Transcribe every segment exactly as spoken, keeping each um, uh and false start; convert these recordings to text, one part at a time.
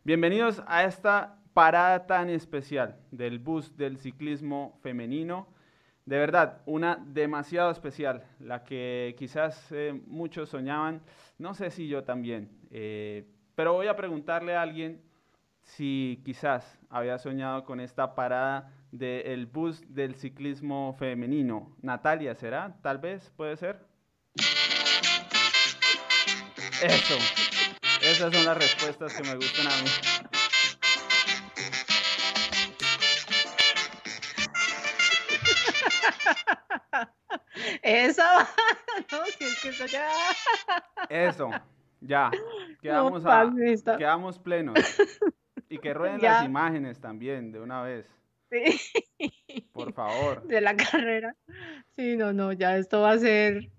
Bienvenidos a esta parada tan especial del bus del ciclismo femenino. De verdad, una demasiado especial, la que quizás eh, muchos soñaban, no sé si yo también, eh, pero voy a preguntarle a alguien si quizás había soñado con esta parada del bus del ciclismo femenino. Natalia, ¿será? Tal vez, puede ser. Eso, esas son las respuestas que me gustan a mí. Eso, no, si es que eso ya, Eso, ya, no quedamos a, pasa esto. quedamos plenos. Y que rueden las Ya, imágenes también de una vez, sí, por favor. de la carrera. Sí, no, no, ya esto va a ser,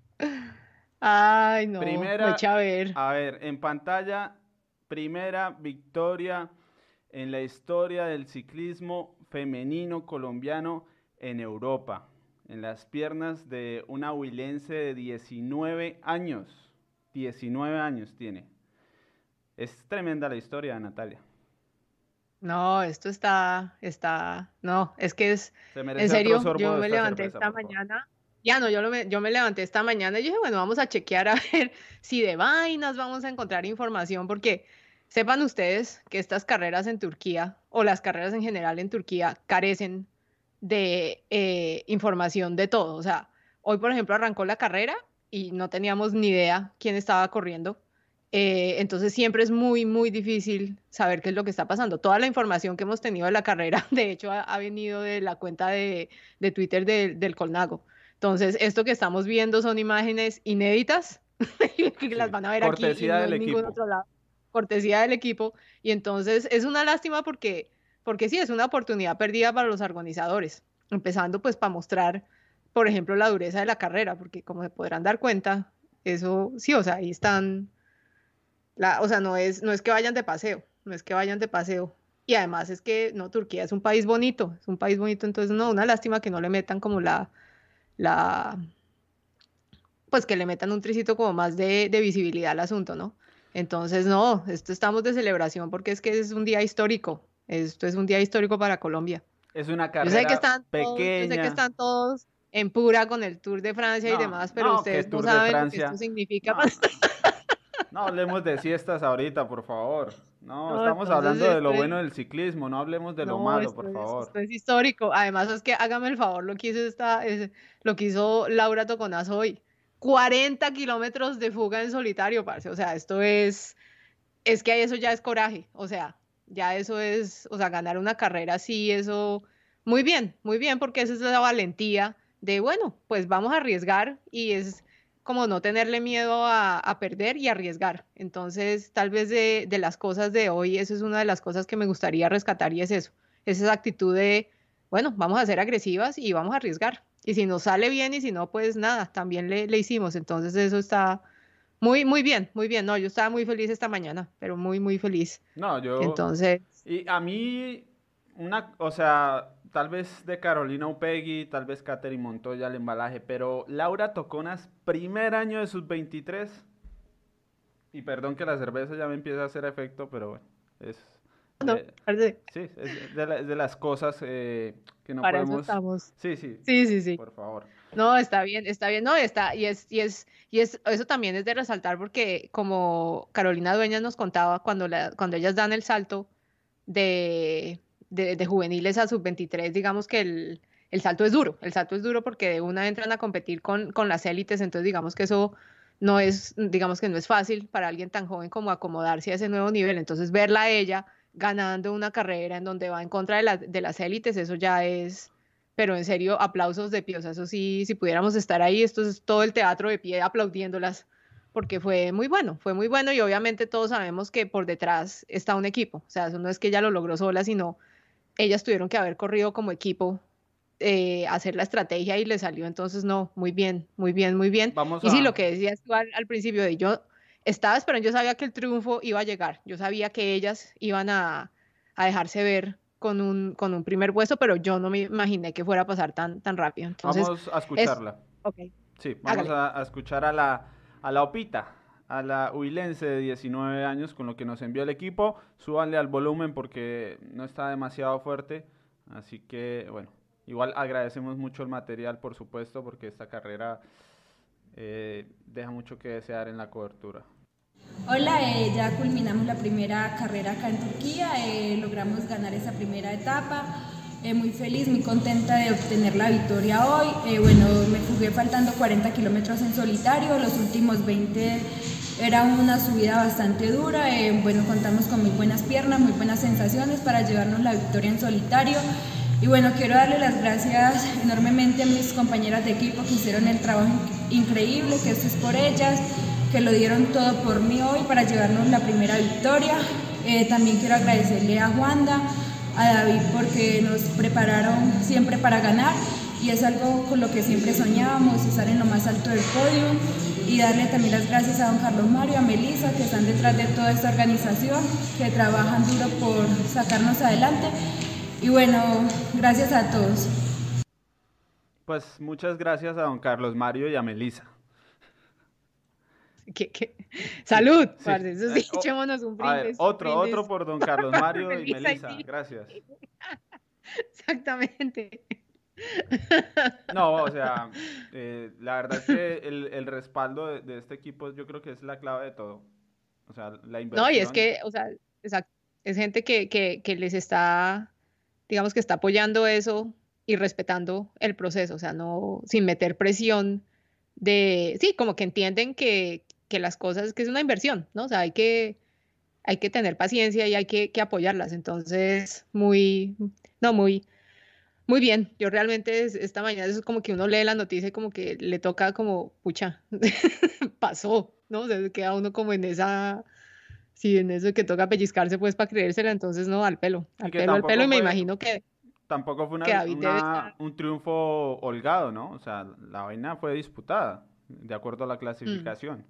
ay, no, me Primera, echa a ver. a ver, en pantalla, primera victoria en la historia del ciclismo femenino colombiano en Europa, en las piernas de una huilense de diecinueve años. diecinueve años tiene. Es tremenda la historia, Natalia. No, esto está, está, no, es que es, Se en merece otro serio, sorbo yo de me esta levanté cerveza, esta por favor. mañana, ya no, yo, lo me, yo me levanté esta mañana y dije, bueno, vamos a chequear a ver si de vainas vamos a encontrar información, porque sepan ustedes que estas carreras en Turquía, o las carreras en general en Turquía, carecen de eh, información de todo. O sea, hoy, por ejemplo, arrancó la carrera y no teníamos ni idea quién estaba corriendo. Eh, entonces siempre es muy, muy difícil saber qué es lo que está pasando. Toda la información que hemos tenido de la carrera, de hecho, ha, ha venido de la cuenta de, de Twitter de- del Colnago. Entonces, esto que estamos viendo son imágenes inéditas que las Sí, van a ver aquí y cortesía no del en ningún equipo. otro lado. Cortesía del equipo. Y entonces es una lástima porque, porque sí, es una oportunidad perdida para los organizadores. Empezando pues para mostrar, por ejemplo, la dureza de la carrera, porque como se podrán dar cuenta, eso sí, o sea, ahí están la, o sea, no es, no es que vayan de paseo, no es que vayan de paseo. Y además es que, no, Turquía es un país bonito, es un país bonito, entonces no, una lástima que no le metan como la, la, pues que le metan un tricito como más de, de visibilidad al asunto, ¿no? Entonces, no, esto estamos de celebración porque es que es un día histórico, esto es un día histórico para Colombia. Es una Yo sé que carrera están todos, yo sé que pequeña. están todos en pura con el Tour de Francia y No, demás, pero no, que ustedes no Tour de saben lo que esto Francia. significa. No, no, no. No hablemos de siestas ahorita, por favor. No, No, estamos entonces hablando de lo esto es bueno del ciclismo, no hablemos de lo No, malo, esto por es, favor. esto es histórico. Además, es que hágame el favor, lo que hizo esta, es- lo que hizo Laura Toconazo hoy. cuarenta kilómetros de fuga en solitario, parce. O sea, esto es, es que eso ya es coraje. O sea, ya eso es, o sea, ganar una carrera así, eso, muy bien, muy bien, porque esa es la valentía de, bueno, pues vamos a arriesgar y es como no tenerle miedo a, a perder y arriesgar. Entonces, tal vez de, de las cosas de hoy, eso es una de las cosas que me gustaría rescatar y es eso, es esa actitud de, bueno, vamos a ser agresivas y vamos a arriesgar. Y si nos sale bien y si no, pues nada, también le, le hicimos. Entonces, eso está muy, muy bien, muy bien. No, yo estaba muy feliz esta mañana, pero muy, muy feliz. No, yo. Entonces, Y a mí, una, o sea, tal vez de Carolina Upegui, tal vez Katherine Montoya el embalaje, pero Laura Toconas, primer año de sus veintitrés. Y perdón que la cerveza ya me empieza a hacer efecto, pero bueno, es no, de, parce, sí, es de, la- es de las cosas eh, que no para eso podemos. estamos. Sí, sí, Sí, sí, sí. por favor. No, está bien, está bien, no, está, y es, y es, y es, eso también es de resaltar porque como Carolina Dueñas nos contaba cuando la, cuando ellas dan el salto de, de, de juveniles a sub veintitrés, digamos que el, el salto es duro, el salto es duro porque de una entran a competir con, con las élites, entonces digamos que eso no es, digamos que no es fácil para alguien tan joven como acomodarse a ese nuevo nivel, entonces verla a ella ganando una carrera en donde va en contra de, la- de las élites, eso ya es, pero en serio, aplausos de pie, o sea, eso sí, si pudiéramos estar ahí, esto es todo el teatro de pie aplaudiéndolas porque fue muy bueno, fue muy bueno y obviamente todos sabemos que por detrás está un equipo, o sea, eso no es que ella lo logró sola, sino ellas tuvieron que haber corrido como equipo, eh, hacer la estrategia y le salió, entonces no, muy bien, muy bien, muy bien. Vamos Y sí, lo a, que decías tú al, al principio de yo estaba esperando, yo sabía que el triunfo iba a llegar, yo sabía que ellas iban a, a dejarse ver con un, con un primer puesto, pero yo no me imaginé que fuera a pasar tan, tan rápido. Entonces, vamos a es, escucharla. ok, Sí, vamos hágale. a, a escuchar a la, a la Opita, a la huilense de diecinueve años con lo que nos envió el equipo. Súbanle al volumen porque no está demasiado fuerte. Así que, bueno, igual agradecemos mucho el material, por supuesto, porque esta carrera eh, deja mucho que desear en la cobertura. Hola, eh, ya culminamos la primera carrera acá en Turquía, eh, logramos ganar esa primera etapa, eh, muy feliz, muy contenta de obtener la victoria hoy. Eh, bueno, me jugué faltando cuarenta kilómetros en solitario, los últimos veinte era una subida bastante dura, eh, bueno, contamos con muy buenas piernas, muy buenas sensaciones para llevarnos la victoria en solitario. Y bueno, quiero darle las gracias enormemente a mis compañeras de equipo que hicieron el trabajo increíble, que esto es por ellas, que lo dieron todo por mí hoy para llevarnos la primera victoria. Eh, también quiero agradecerle a Juanda, a David, porque nos prepararon siempre para ganar y es algo con lo que siempre soñábamos, estar en lo más alto del podio. Y darle también las gracias a don Carlos Mario, a Melissa, que están detrás de toda esta organización, que trabajan duro por sacarnos adelante. Y bueno, gracias a todos. Pues muchas gracias a don Carlos Mario y a Melissa. ¿Qué, qué? Salud, sí, parce, eso sí, eh, oh, echémonos un a ver, brindis. otro, brindis. otro por don Carlos Mario y Melissa y Melissa, ti. gracias. Exactamente. No, o sea, eh, la verdad es que el, el respaldo de, de este equipo yo creo que es la clave de todo. O sea, la No, y es inversión. que, o sea, exacto, es gente que, que, que les está, digamos que está apoyando eso y respetando el proceso, o sea, no sin meter presión de, sí, como que entienden que, que las cosas, que es una inversión, ¿no? O sea, hay que, hay que tener paciencia y hay que, que apoyarlas. Entonces, muy, no, muy, muy bien. Yo realmente es- esta mañana eso es como que uno lee la noticia y como que le toca como, pucha, pasó, ¿no? O sea, se queda uno como en esa, sí, en eso que toca pellizcarse pues para creérsela. Entonces, no, al pelo, Y al que pelo, al pelo. tampoco Y me fue, imagino que, tampoco fue que una, David debe una- estar. un triunfo holgado, ¿no? O sea, la vaina fue disputada, de acuerdo a la mm, clasificación.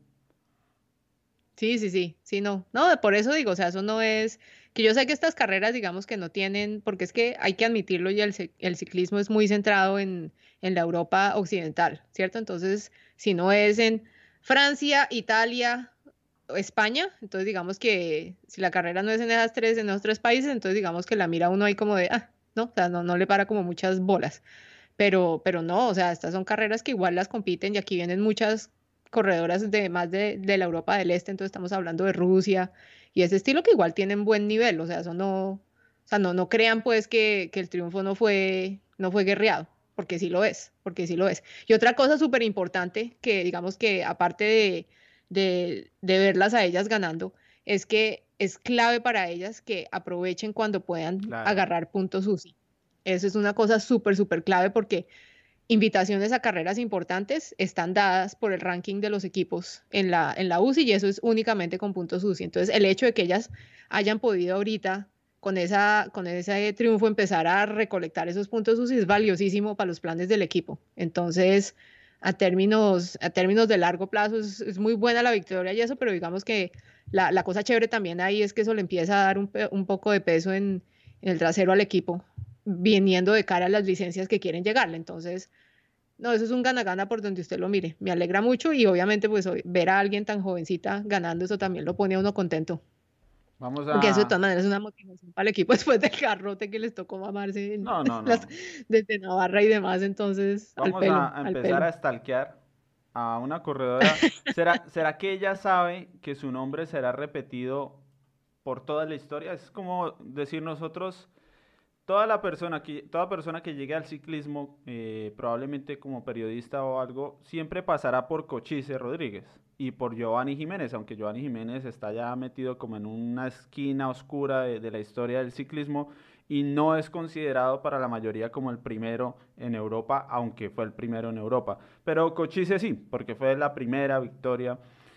Sí, sí, sí, sí, no, no, por eso digo, o sea, eso no es, que yo sé que estas carreras, digamos que no tienen, porque es que hay que admitirlo y el, ci- el ciclismo es muy centrado en, en la Europa occidental, ¿cierto? Entonces, si no es en Francia, Italia o España, entonces digamos que si la carrera no es en esas tres, en esos tres países, entonces digamos que la mira uno ahí como de, ah, no, o sea, no, no le para como muchas bolas. Pero, pero no, o sea, estas son carreras que igual las compiten y aquí vienen muchas corredoras de más de, de la Europa del Este, entonces estamos hablando de Rusia y ese estilo que igual tienen buen nivel, o sea, eso no, o sea, no, no crean pues que, que el triunfo no fue, no fue guerreado, porque sí lo es, porque sí lo es. Y otra cosa súper importante que digamos que aparte de, de, de verlas a ellas ganando, es que es clave para ellas que aprovechen cuando puedan Claro. agarrar puntos U C I. Eso es una cosa súper, súper clave porque invitaciones a carreras importantes están dadas por el ranking de los equipos en la, en la U C I y eso es únicamente con puntos U C I. Entonces, el hecho de que ellas hayan podido ahorita con, esa, con ese triunfo empezar a recolectar esos puntos U C I es valiosísimo para los planes del equipo. Entonces, a términos, a términos de largo plazo es, es muy buena la victoria y eso, pero digamos que la, la cosa chévere también ahí es que eso le empieza a dar un, un poco de peso en, en el trasero al equipo viniendo de cara a las licencias que quieren llegarle. Entonces, no, eso es un gana-gana por donde usted lo mire. Me alegra mucho y obviamente pues ver a alguien tan jovencita ganando eso también lo pone a uno contento. Vamos Porque eso de a... todas maneras es una motivación para el equipo después del garrote que les tocó mamarse en No, no, las, no. desde Navarra y demás. Entonces, al Vamos pelo, a, a al empezar pelo. a stalkear a una corredora. ¿Será, será que ella sabe que su nombre será repetido por toda la historia? Es como decir nosotros, toda la persona que, toda persona que llegue al ciclismo, eh, probablemente como periodista o algo, siempre pasará por Cochise Rodríguez y por Giovanni Jiménez, aunque Giovanni Jiménez está ya metido como en una esquina oscura de, de la historia del ciclismo y no es considerado para la mayoría como el primero en Europa, aunque fue el primero en Europa. Pero Cochise sí, porque fue la primera victoria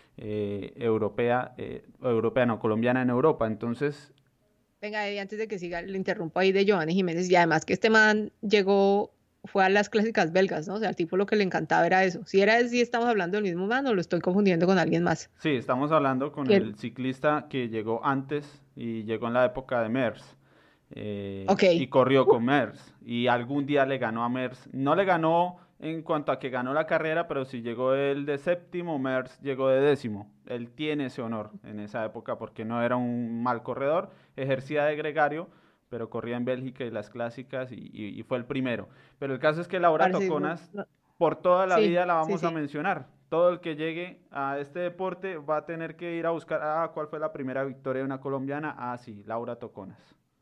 eh, europea, eh, europea, no, colombiana en Europa. Entonces, Venga, Eddie, antes de que siga, le interrumpo ahí de Giovanni Jiménez. Y además que este man llegó, fue a las clásicas belgas, ¿no? O sea, al tipo lo que le encantaba era eso. Si era, si estamos hablando del mismo man o lo estoy confundiendo con alguien más. sí, estamos hablando con Que él- el ciclista que llegó antes y llegó en la época de Mers eh, Ok. y corrió con Mers y algún día le ganó a Mers. No le ganó en cuanto a que ganó la carrera, pero si llegó él de séptimo, Merckx llegó de décimo. Él tiene ese honor en esa época porque no era un mal corredor, ejercía de gregario, pero corría en Bélgica y las clásicas y, y- y fue el primero. Pero el caso es que Laura Parce, no- Toconas, no- por toda la sí, vida la sí, vamos a sí. mencionar. Todo el que llegue a este deporte va a tener que ir a buscar, ah, ¿cuál fue la primera victoria de una colombiana? Ah, sí, Laura Toconas.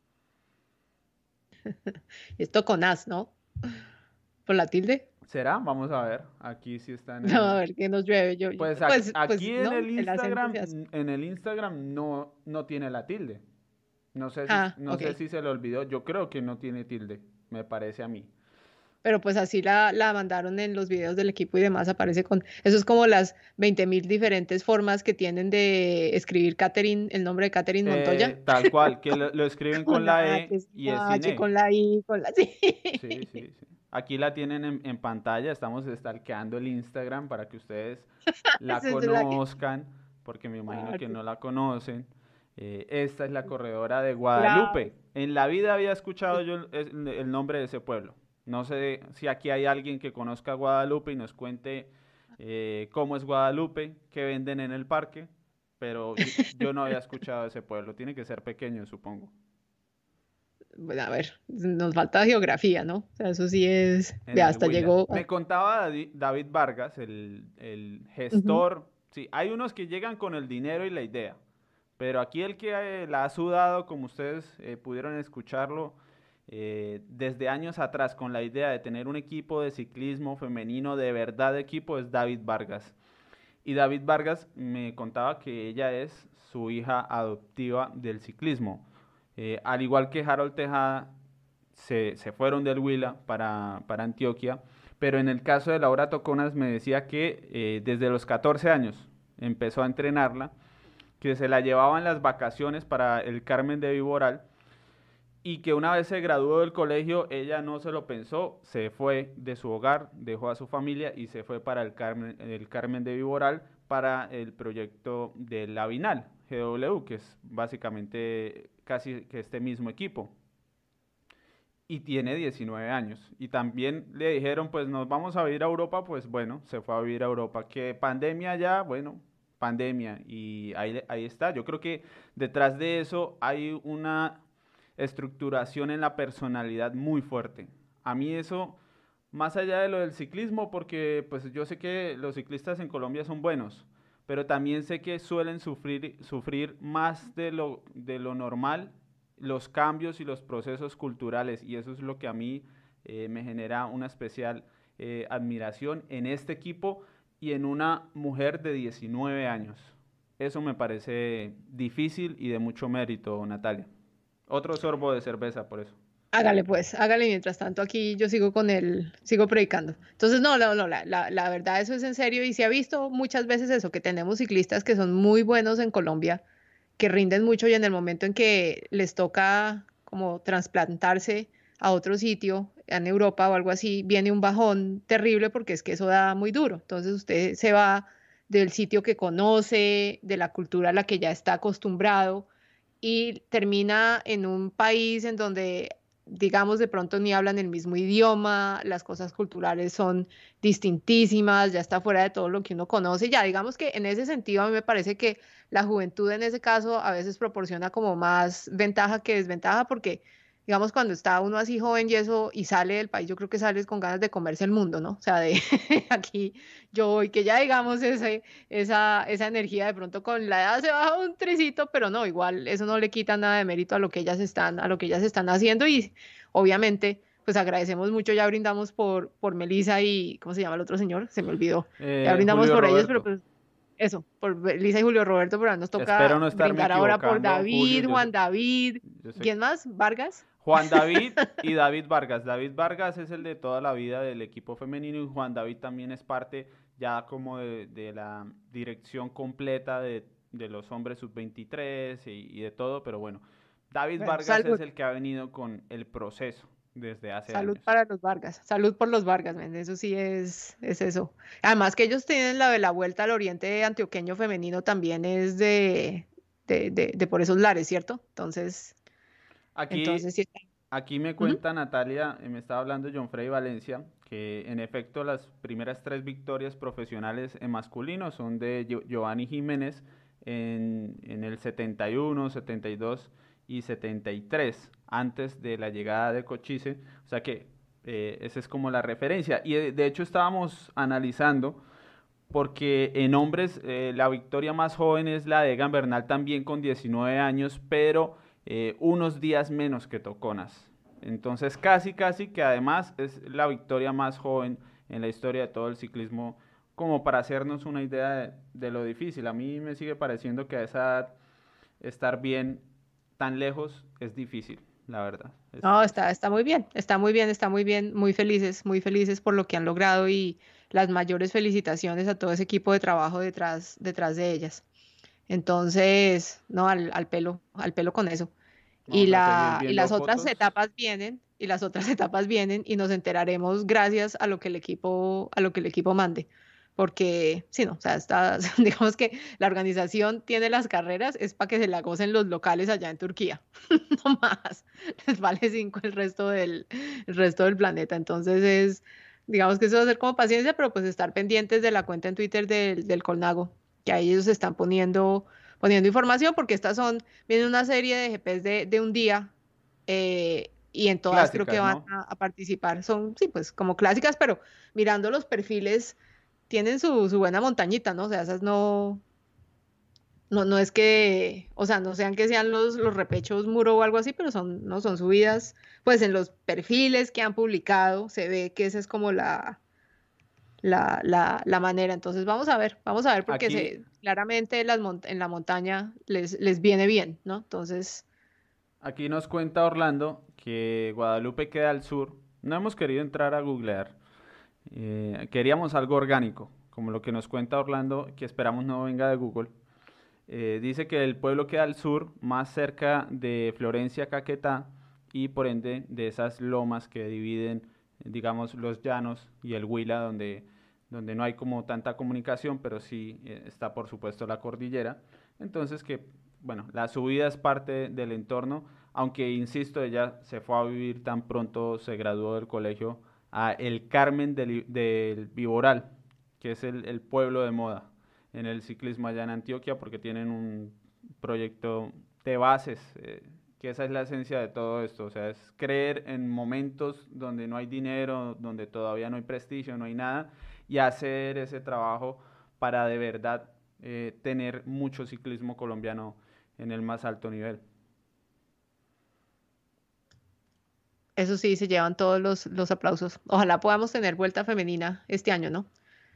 Esto con as, ¿no? Por la tilde. ¿Será? Vamos a ver. Aquí sí está en No, a el... ver que nos llueve. Yo, yo- Pues ac- pues, aquí, pues, en ¿no? el El acento Instagram, se hace. n- en el Instagram no, no tiene la tilde. No sé si, Ah, no ok. sé si se le olvidó. Yo creo que no tiene tilde, me parece a mí. Pero pues así la, la mandaron en los videos del equipo y demás, aparece con, eso es como las veinte mil diferentes formas que tienen de escribir Catherine, el nombre de Catherine Montoya, Eh, tal cual, que lo, lo escriben con con la la E H, sin y es la sin H, E. con la I, con la sí. Sí, sí, sí. Aquí la tienen en, en pantalla, estamos stalkeando el Instagram para que ustedes la Esa es la que, conozcan, porque me imagino que parce, no la conocen. Eh, esta es la corredora de claro. Guadalupe. En la vida había escuchado yo el, el- el nombre de ese pueblo. No sé si aquí hay alguien que conozca Guadalupe y nos cuente eh, cómo es Guadalupe, qué venden en el parque, pero yo, yo no había escuchado ese pueblo. Tiene que ser pequeño, supongo. Bueno, a ver, nos falta geografía, ¿no? O sea, eso sí es, En vea, el hasta Huila. llegó, Me a- contaba Dadi- David Vargas, el, el ujú. gestor. Sí, hay unos que llegan con el dinero y la idea, pero aquí el que eh, la ha sudado, como ustedes eh, pudieron escucharlo, eh, desde años atrás, con la idea de tener un equipo de ciclismo femenino de verdad de equipo, es David Vargas. Y David Vargas me contaba que ella es su hija adoptiva del ciclismo. Eh, al igual que Harold Tejada, se, se fueron del Huila para, para Antioquia, pero en el caso de Laura Toconas me decía que eh, desde los catorce años empezó a entrenarla, que se la llevaba en las vacaciones para el Carmen de Viboral y que una vez se graduó del colegio, ella no se lo pensó, se fue de su hogar, dejó a su familia y se fue para el Carmen, el Carmen de Viboral para el proyecto de la Vinal, G W, que es básicamente casi que este mismo equipo. Y tiene diecinueve años. Y también le dijeron, pues nos vamos a vivir a Europa, pues bueno, se fue a vivir a Europa. Que pandemia ya, bueno, pandemia. Y ahí, ahí está. Yo creo que detrás de eso hay una estructuración en la personalidad muy fuerte. A mí eso, más allá de lo del ciclismo, porque pues yo sé que los ciclistas en Colombia son buenos, pero también sé que suelen sufrir, sufrir más de lo, de lo normal los cambios y los procesos culturales, y eso es lo que a mí eh, me genera una especial eh, admiración en este equipo y en una mujer de diecinueve años. Eso me parece difícil y de mucho mérito, Natalia. Otro sorbo de cerveza por eso. Hágale pues, hágale mientras tanto aquí yo sigo con el, sigo predicando. Entonces, no, no, no, la, la, la verdad eso es en serio y se ha visto muchas veces eso, que tenemos ciclistas que son muy buenos en Colombia, que rinden mucho y en el momento en que les toca como trasplantarse a otro sitio, en Europa o algo así, viene un bajón terrible porque es que eso da muy duro. Entonces usted se va del sitio que conoce, de la cultura a la que ya está acostumbrado y termina en un país en donde, digamos, de pronto ni hablan el mismo idioma, las cosas culturales son distintísimas, ya está fuera de todo lo que uno conoce. Ya, digamos que en ese sentido a mí me parece que la juventud en ese caso a veces proporciona como más ventaja que desventaja porque, digamos, cuando está uno así joven y eso y sale del país, yo creo que sales con ganas de comerse el mundo, ¿no? O sea, de aquí yo voy, que ya digamos ese, esa, esa energía de pronto con la edad se baja un tresito, pero no, igual eso no le quita nada de mérito a lo que ellas están, a lo que ellas están haciendo y obviamente pues agradecemos mucho, ya brindamos por, por Melissa y, ¿cómo se llama el otro señor? Se me olvidó. Ya Eh, brindamos Julio por ellos, pero Roberto, pues eso, por Melissa y Julio Roberto, pero ahora nos espero toca no estarme brindar ahora por equivocando, Julio. David, Yo sé, Juan David, yo sé ¿quién más? ¿Vargas? Juan David y David Vargas. David Vargas es el de toda la vida del equipo femenino y Juan David también es parte ya como de, de la dirección completa de, de los hombres sub veintitrés y, y de todo, pero bueno, David Bueno, Vargas es salud. el que ha venido con el proceso desde hace Salud años. para los Vargas, salud por los Vargas, men, eso sí es, es eso. Además que ellos tienen la de la vuelta al oriente antioqueño femenino también es de, de, de, de por esos lares, ¿cierto? Entonces, Aquí, entonces sí está. aquí me Ujú. cuenta Natalia, eh, me estaba hablando John Freddy Valencia, que en efecto las primeras tres victorias profesionales en masculino son de Gio- Giovanni Jiménez en, en el setenta y uno, setenta y dos y setenta y tres, antes de la llegada de Cochise, o sea que eh, esa es como la referencia. Y de, de hecho estábamos analizando, porque en hombres eh, la victoria más joven es la de Egan Bernal también con diecinueve años, pero eh, unos días menos que Toconas. Entonces casi casi que además es la victoria más joven en la historia de todo el ciclismo, como para hacernos una idea de, de lo difícil. A mí me sigue pareciendo que a esa edad estar bien tan lejos es difícil, la verdad. Es, No, es- está, está muy bien, está muy bien, está muy bien, muy felices, muy felices por lo que han logrado y las mayores felicitaciones a todo ese equipo de trabajo detrás, detrás de ellas. Entonces, no, al, al pelo, al pelo con eso. Y Vamos a seguir la, y viendo las otras fotos. etapas vienen, y las otras etapas vienen, y nos enteraremos gracias a lo que el equipo, a lo que el equipo mande. Porque, sí, no, o sea, está, digamos que la organización tiene las carreras, es para que se la gocen los locales allá en Turquía. No más. Les vale cinco el resto del, el resto del planeta. Entonces es, digamos que eso va a ser como paciencia, pero pues estar pendientes de la cuenta en Twitter del, del Colnago, que ahí ellos están poniendo, poniendo información, porque estas son, viene una serie de G Ps de, de un día, eh, y en todas creo que Clásicas, van ¿no? a, a participar. Son, sí, pues como clásicas, pero mirando los perfiles, tienen su, su buena montañita, ¿no? O sea, esas no, no, no es que, o sea, no sean que sean los, los repechos muro o algo así, pero son, no son subidas, pues en los perfiles que han publicado se ve que esa es como la, la, la, la manera. Entonces vamos a ver, vamos a ver porque Aquí, se, claramente las mont- en la montaña les, les viene bien, ¿no? Entonces, aquí nos cuenta Orlando que Guadalupe queda al sur. No hemos querido entrar a googlear. Eh, queríamos algo orgánico, como lo que nos cuenta Orlando, que esperamos no venga de Google. Eh, dice que el pueblo queda al sur, más cerca de Florencia, Caquetá, y por ende de esas lomas que dividen, digamos, los llanos y el Huila, donde, donde no hay como tanta comunicación, pero sí eh, está por supuesto la cordillera. Entonces que, bueno, la subida es parte del entorno, aunque insisto, ella se fue a vivir tan pronto se graduó del colegio a El Carmen del, del Viboral, que es el, el pueblo de moda en el ciclismo allá en Antioquia, porque tienen un proyecto de bases, eh, que esa es la esencia de todo esto, o sea, es creer en momentos donde no hay dinero, donde todavía no hay prestigio, no hay nada, y hacer ese trabajo para de verdad eh, tener mucho ciclismo colombiano en el más alto nivel. eso sí, se llevan todos los, los aplausos. Ojalá podamos tener vuelta femenina este año, ¿no?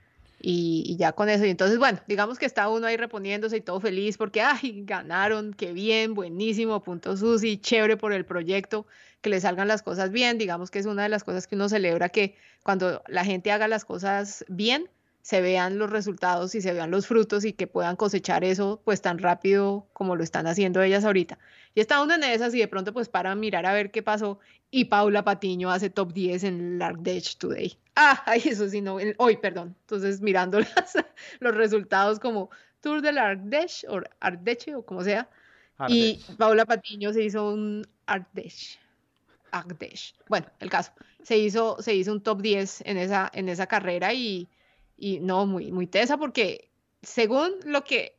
Y, y ya con eso. Y entonces, bueno, digamos que está uno ahí reponiéndose y todo feliz porque, ay, ganaron, qué bien, buenísimo, punto Susi, chévere por el proyecto, que le salgan las cosas bien. Digamos que es una de las cosas que uno celebra, que cuando la gente haga las cosas bien, se vean los resultados y se vean los frutos y que puedan cosechar eso pues tan rápido como lo están haciendo ellas ahorita. Y está uno en esas y de pronto pues para mirar a ver qué pasó y Paula Patiño hace top diez en l'Ardèche Today. Ah, ay, eso sí, no, en- hoy, perdón. Entonces, mirando las- los resultados como Tour de l'Ardèche o Ardèche o como sea, y Ardèche. Paula Patiño se hizo un Ardèche. Ardèche. Bueno, el caso, se hizo, se hizo un top diez en esa, en esa carrera y, y no, muy, muy tesa porque según lo que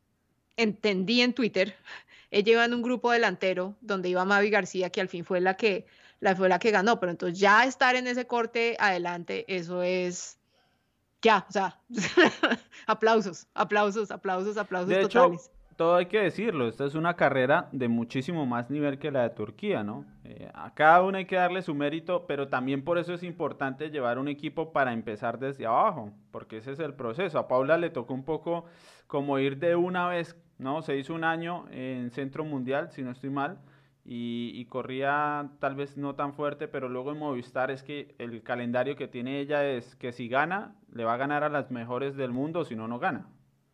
entendí en Twitter, ella iba en un grupo delantero donde iba Mavi García, que al fin fue la que, la, fue la que ganó, pero entonces ya estar en ese corte adelante, eso es, ya, o sea, aplausos, aplausos, aplausos, aplausos De hecho, totales. todo hay que decirlo, esta es una carrera de muchísimo más nivel que la de Turquía, ¿no? Eh, a cada una hay que darle su mérito, pero también por eso es importante llevar un equipo para empezar desde abajo, porque ese es el proceso. A Paula le tocó un poco como ir de una vez, ¿no? Se hizo un año en Centro Mundial, si no estoy mal, y, y corría tal vez no tan fuerte, pero luego en Movistar es que el calendario que tiene ella es que si gana, le va a ganar a las mejores del mundo, si no, no gana.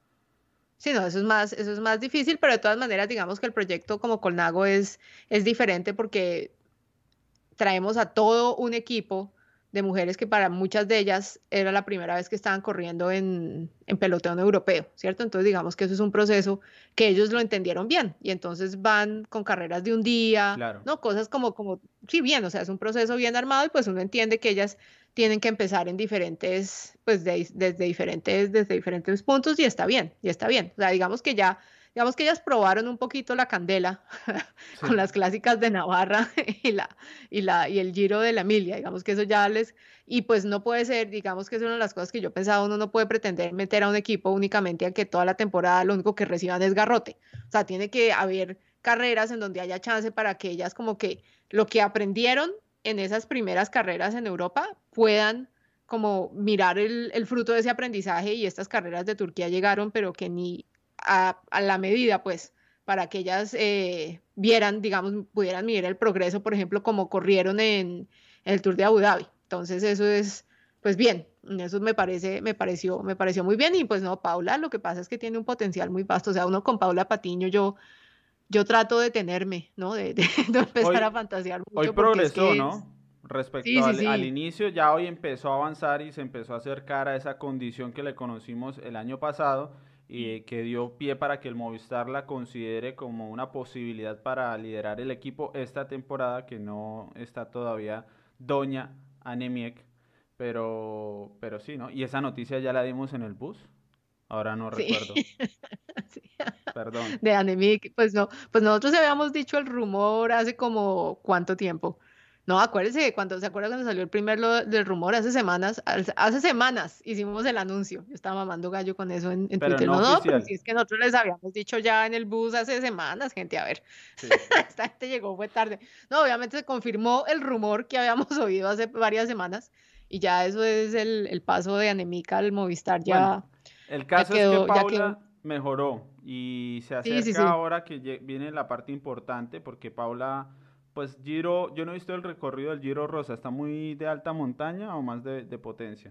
Sí, no, eso es más, eso es más difícil, pero de todas maneras, digamos que el proyecto como Colnago es, es diferente porque traemos a todo un equipo de mujeres que para muchas de ellas era la primera vez que estaban corriendo en, en pelotón europeo, ¿cierto? Entonces digamos que eso es un proceso que ellos lo entendieron bien y entonces van con carreras de un día, Claro. ¿no? Cosas como, como, sí, bien, o sea, es un proceso bien armado y pues uno entiende que ellas tienen que empezar en diferentes, pues de- desde diferentes, desde diferentes puntos y está bien, y está bien. O sea, digamos que ya, digamos que ellas probaron un poquito la candela Sí. con las clásicas de Navarra y la, y la, y el Giro de la Emilia, digamos que eso ya les, y pues no puede ser, digamos que es una de las cosas que yo pensaba, uno no puede pretender meter a un equipo únicamente a que toda la temporada lo único que reciban es garrote. O sea, tiene que haber carreras en donde haya chance para que ellas como que lo que aprendieron en esas primeras carreras en Europa puedan como mirar el, el fruto de ese aprendizaje y estas carreras de Turquía llegaron, pero que ni a, a la medida, pues, para que ellas eh, vieran, digamos, pudieran medir el progreso, por ejemplo, como corrieron en, en el Tour de Abu Dhabi. Entonces, eso es, pues bien, eso me parece, me pareció, me pareció muy bien. Y pues no, Paula, lo que pasa es que tiene un potencial muy vasto. O sea, uno con Paula Patiño, yo, yo trato de tenerme, ¿no? De, de, de empezar a Hoy, fantasear hoy mucho porque es progresó, que es, ¿no? Respecto sí, sí, al, al sí. inicio, ya hoy empezó a avanzar y se empezó a acercar a esa condición que le conocimos el año pasado y que dio pie para que el Movistar la considere como una posibilidad para liderar el equipo esta temporada, que no está todavía Doña Anemiek, pero, pero sí, ¿no? Y esa noticia ya la dimos en el bus, ahora no Sí. recuerdo, Sí. perdón. De Anemic, pues no, pues nosotros habíamos dicho el rumor hace como cuánto tiempo. No, acuérdese, cuando se acuerda cuando salió el primer lo del rumor, hace semanas, hace hace semanas hicimos el anuncio. Yo estaba mamando gallo con eso en, en Pero Twitter. no No, no, pero oficial, si es que nosotros les habíamos dicho ya en el bus hace semanas, gente, a ver, sí. esta gente llegó, fue tarde. No, obviamente se confirmó el rumor que habíamos oído hace varias semanas y ya eso es el, el paso de Anemica al Movistar, Bueno, ya, el ya caso es que quedó, ya quedó. Paula mejoró y se Sí, sí, acerca sí. ahora que lle- viene la parte importante porque Paula, pues Giro, yo no he visto el recorrido del Giro Rosa, ¿está muy de alta montaña o más de, de potencia?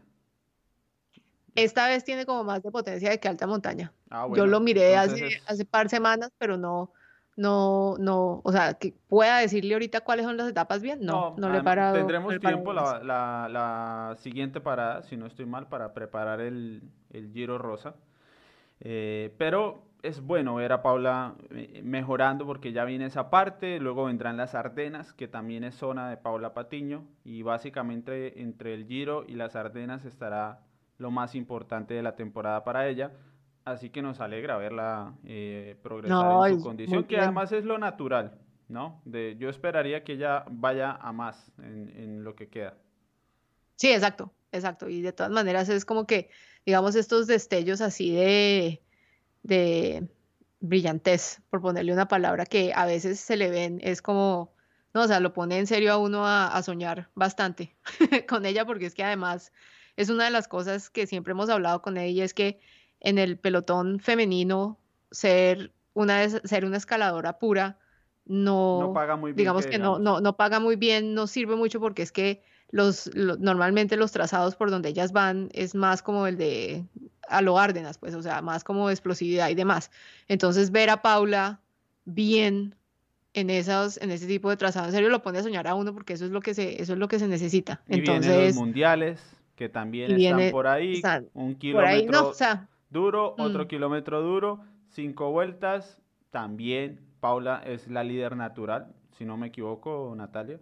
Es- Esta vez tiene como más de potencia de que alta montaña. ah, Yo bueno, lo miré entonces hace, es, hace par semanas, pero no, no, no, o sea, que pueda decirle ahorita cuáles son las etapas bien, no, no, no le he además, parado, no le tendremos he parado tiempo bolas. la, la, la siguiente parada, si no estoy mal, para preparar el, el Giro Rosa. Eh, pero es bueno ver a Paula eh, mejorando porque ya viene esa parte, luego vendrán las Ardenas, que también es zona de Paula Patiño, y básicamente entre el Giro y las Ardenas estará lo más importante de la temporada para ella, así que nos alegra verla eh, progresar en No, su es muy condición, que bien. además es lo natural, ¿no? De, yo esperaría que ella vaya a más en, en lo que queda. Sí, exacto, exacto. Y de todas maneras es como que, digamos, estos destellos así de, de brillantez, por ponerle una palabra que a veces se le ven, es como, no, o sea, lo pone en serio a uno a, a soñar bastante con ella, porque es que además es una de las cosas que siempre hemos hablado con ella, y es que en el pelotón femenino ser una, es- ser una escaladora pura, No no, paga muy bien que digamos que no, digamos. no, no paga muy bien, no sirve mucho porque es que los, lo- normalmente los trazados por donde ellas van es más como el de a lo Árdenas, pues, o sea, más como de explosividad y demás. Entonces, ver a Paula bien en esos, en ese tipo de trazado, en serio lo pone a soñar a uno porque eso es lo que se, eso es lo que se necesita. Y vienen los Entonces, mundiales, que también y están viene, por ahí, están un por ahí, no, o kilómetro sea, duro, mm, otro kilómetro duro, cinco vueltas. También Paula es la líder natural, si no me equivoco, Natalia.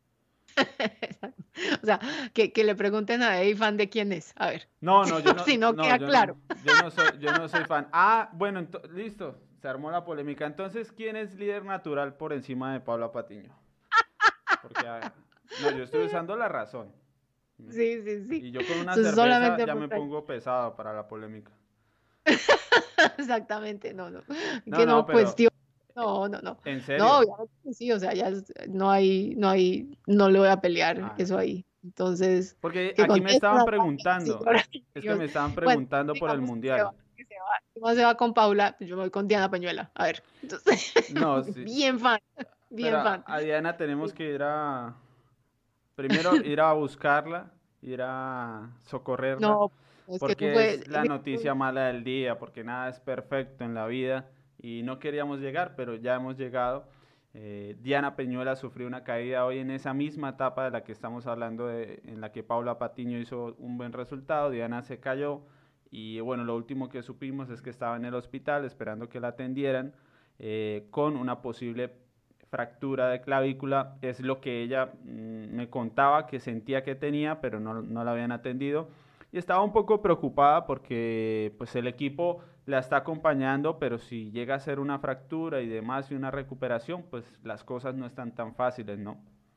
o sea, que, que le pregunten a Eddie fan de quién es, a ver, No, no, yo no, si no no, queda yo claro. no, yo no soy, yo no soy fan. Ah, bueno, ento- listo, se armó la polémica. Entonces, ¿quién es líder natural por encima de Paula Patiño? Porque, ah, no, yo estoy usando la razón. Sí, sí, sí. Y yo con una Eso es cerveza solamente ya por me pongo pesado para la polémica. exactamente, no, no, No, que no, no pero cuestión, eh, no, no, no, en no, serio. obviamente que sí, o sea, ya es- no hay, no hay, no le voy a pelear Ah, eso ahí, entonces, porque que aquí me conteste estaban Natalia, sí, preguntando, llora, es que Dios. me estaban Bueno, preguntando por el digamos que se va, mundial. que se va, si más se va con Paula, pues yo me voy con Diana Peñuela, a ver, entonces, No, sí, bien fan, pero bien a, fan, a Diana tenemos sí. que ir a, primero ir a buscarla, ir a socorrerla, No, es que eso porque fue, es la noticia mala del día, porque nada es perfecto en la vida y no queríamos llegar, pero ya hemos llegado. Eh, Diana Peñuela sufrió una caída hoy en esa misma etapa de la que estamos hablando, de, en la que Paula Patiño hizo un buen resultado. Diana se cayó y bueno, lo último que supimos es que estaba en el hospital esperando que la atendieran eh, con una posible fractura de clavícula, es lo que ella mm, me contaba que sentía que tenía, pero no, no la habían atendido. Y estaba un poco preocupada porque pues el equipo la está acompañando, pero si llega a ser una fractura y demás y una recuperación, pues las cosas no están tan fáciles, ¿no?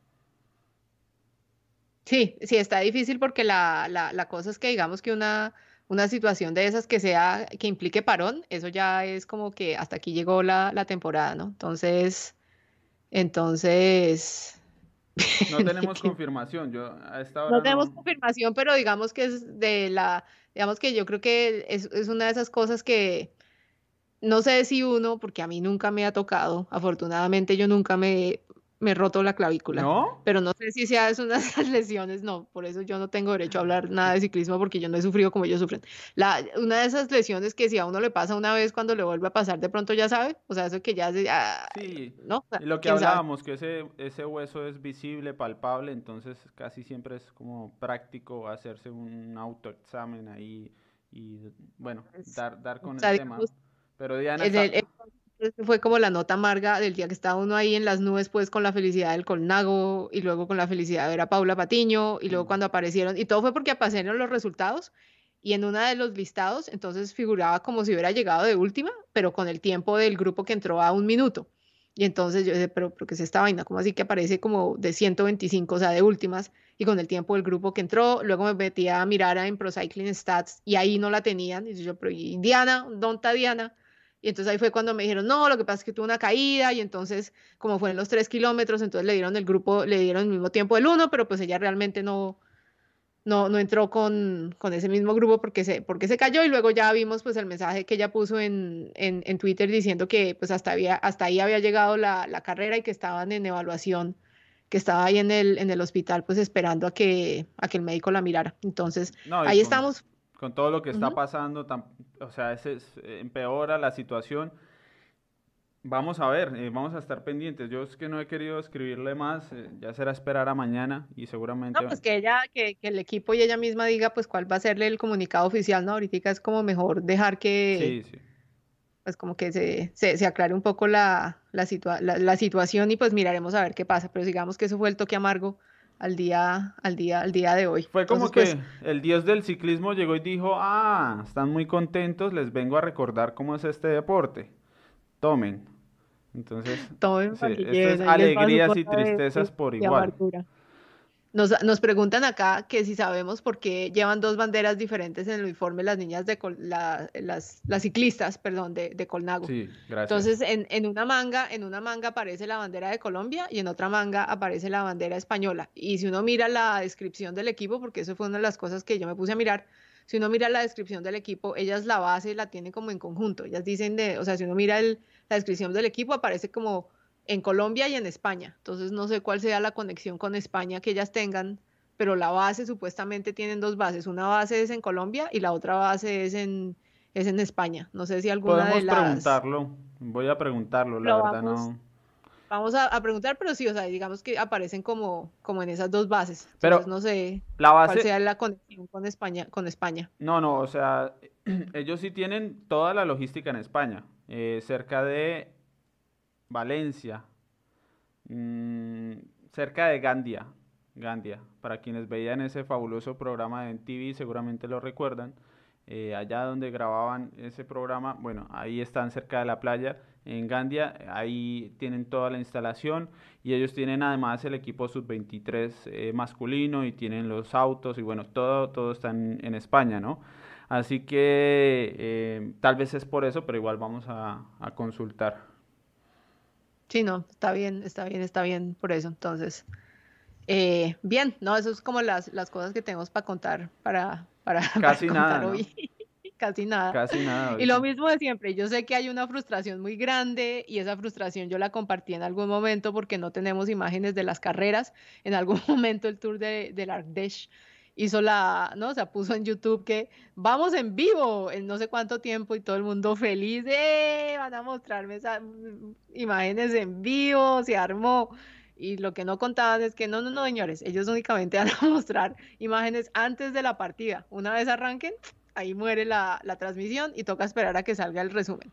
Sí, sí, está difícil porque la, la, la cosa es que digamos que una, una situación de esas que sea, que implique parón, eso ya es como que hasta aquí llegó la, la temporada, ¿no? Entonces, entonces, No tenemos confirmación, yo a esta no hora tenemos no. confirmación, pero digamos que es de la, digamos que yo creo que es, es una de esas cosas que no sé si uno, porque a mí nunca me ha tocado, afortunadamente yo nunca me, me he roto la clavícula, ¿No? pero no sé si sea es una de esas lesiones, no, por eso yo no tengo derecho a hablar nada de ciclismo porque yo no he sufrido como ellos sufren. La, una de esas lesiones que si a uno le pasa una vez, cuando le vuelve a pasar, de pronto ya sabe, o sea, eso que ya, se- ah, Sí, ¿no? O sea, y lo que ¿quién sabe? hablábamos, que ese, ese hueso es visible, palpable, entonces casi siempre es como práctico hacerse un autoexamen ahí y, bueno, Pues, dar, dar o con el sea, tema. digamos, Pero Diana el, el- está, el- fue como la nota amarga del día que estaba uno ahí en las nubes, pues con la felicidad del Colnago y luego con la felicidad de ver a Paula Patiño y luego mm, cuando aparecieron, y todo fue porque aparecieron los resultados y en uno de los listados entonces figuraba como si hubiera llegado de última, pero con el tiempo del grupo que entró a un minuto. Y entonces yo dije, pero, pero ¿qué es esta vaina? ¿Cómo así que aparece como de ciento veinticinco, o sea, de últimas? Y con el tiempo del grupo que entró, luego me metí a mirar en Pro Cycling Stats y ahí no la tenían. Y yo, pero ¿y Diana? ¿Dónde está Diana? Y entonces ahí fue cuando me dijeron, no, lo que pasa es que tuvo una caída y entonces, como fue en los tres kilómetros, entonces le dieron el grupo, le dieron el mismo tiempo del uno, pero pues ella realmente no, no, no entró con, con ese mismo grupo porque se, porque se cayó y luego ya vimos pues el mensaje que ella puso en, en, en Twitter diciendo que pues hasta, había, hasta ahí había llegado la, la carrera y que estaban en evaluación, que estaba ahí en el, en el hospital pues esperando a que, a que el médico la mirara. Entonces no, y ahí con, estamos. con todo lo que está Ujú. pasando, tam- o sea, ese es- empeora la situación. Vamos a ver, eh, vamos a estar pendientes. Yo es que no he querido escribirle más, eh, ya será esperar a mañana y No, seguramente, pues que ella, que, que el equipo y ella misma diga pues cuál va a serle el comunicado oficial, ¿no? Ahorita es como mejor dejar que, sí, sí. pues como que se, se, se aclare un poco la, la, situa- la, la situación y pues miraremos a ver qué pasa, pero digamos que eso fue el toque amargo al día, al día, al día de hoy. Fue como Entonces, pues, que el dios del ciclismo llegó y dijo, ah, están muy contentos, les vengo a recordar cómo es este deporte. Tomen. Entonces, tomen sí, para que esto es lleven, ahí les va su alegrías y cosa de, tristezas de, por de igual. amargura. Nos, nos preguntan acá que si sabemos por qué llevan dos banderas diferentes en el uniforme las niñas de Col- la- las, las ciclistas, perdón, de, de Colnago. Sí, gracias. Entonces, en, en una manga, en una manga aparece la bandera de Colombia y en otra manga aparece la bandera española. Y si uno mira la descripción del equipo, porque eso fue una de las cosas que yo me puse a mirar, si uno mira la descripción del equipo, ellas la base la tienen como en conjunto. Ellas dicen de, o sea, si uno mira el- la descripción del equipo, aparece como en Colombia y en España. Entonces, no sé cuál sea la conexión con España que ellas tengan, pero la base supuestamente tienen dos bases. Una base es en Colombia y la otra base es en, es en España. No sé si alguna de Podemos las preguntarlo, voy a preguntarlo, la lo verdad vamos, no. vamos a, a preguntar, pero sí, o sea, digamos que aparecen como, como en esas dos bases. Entonces Pero no sé la cuál base, sea la conexión con España, con España. no, no, o sea, ellos sí tienen toda la logística en España, eh, cerca de Valencia, mm, cerca de Gandia, Gandia, para quienes veían ese fabuloso programa de M T V seguramente lo recuerdan, eh, allá donde grababan ese programa, bueno, ahí están cerca de la playa, en Gandia, ahí tienen toda la instalación y ellos tienen además el equipo sub veintitrés eh, masculino y tienen los autos y bueno, todo, todo está en, en España, ¿no? Así que eh, tal vez es por eso, pero igual vamos a, a consultar. Sí, no, está bien, está bien, está bien por eso. Entonces, eh, bien, no, eso es como las, las cosas que tenemos para contar, para, para, para Casi nada, contar ¿no? hoy. Casi nada. Casi nada Y hoy, lo sí. mismo de siempre, yo sé que hay una frustración muy grande y esa frustración yo la compartí en algún momento porque no tenemos imágenes de las carreras. En algún momento el Tour de, del Ardèche hizo la, ¿no? O sea, puso en YouTube que vamos en vivo en no sé cuánto tiempo y todo el mundo feliz, ¡eh! Van a mostrarme esas mm, imágenes en vivo, se armó. Y lo que no contaban es que no, no, no, señores, ellos únicamente van a mostrar imágenes antes de la partida. Una vez arranquen, ahí muere la, la transmisión y toca esperar a que salga el resumen.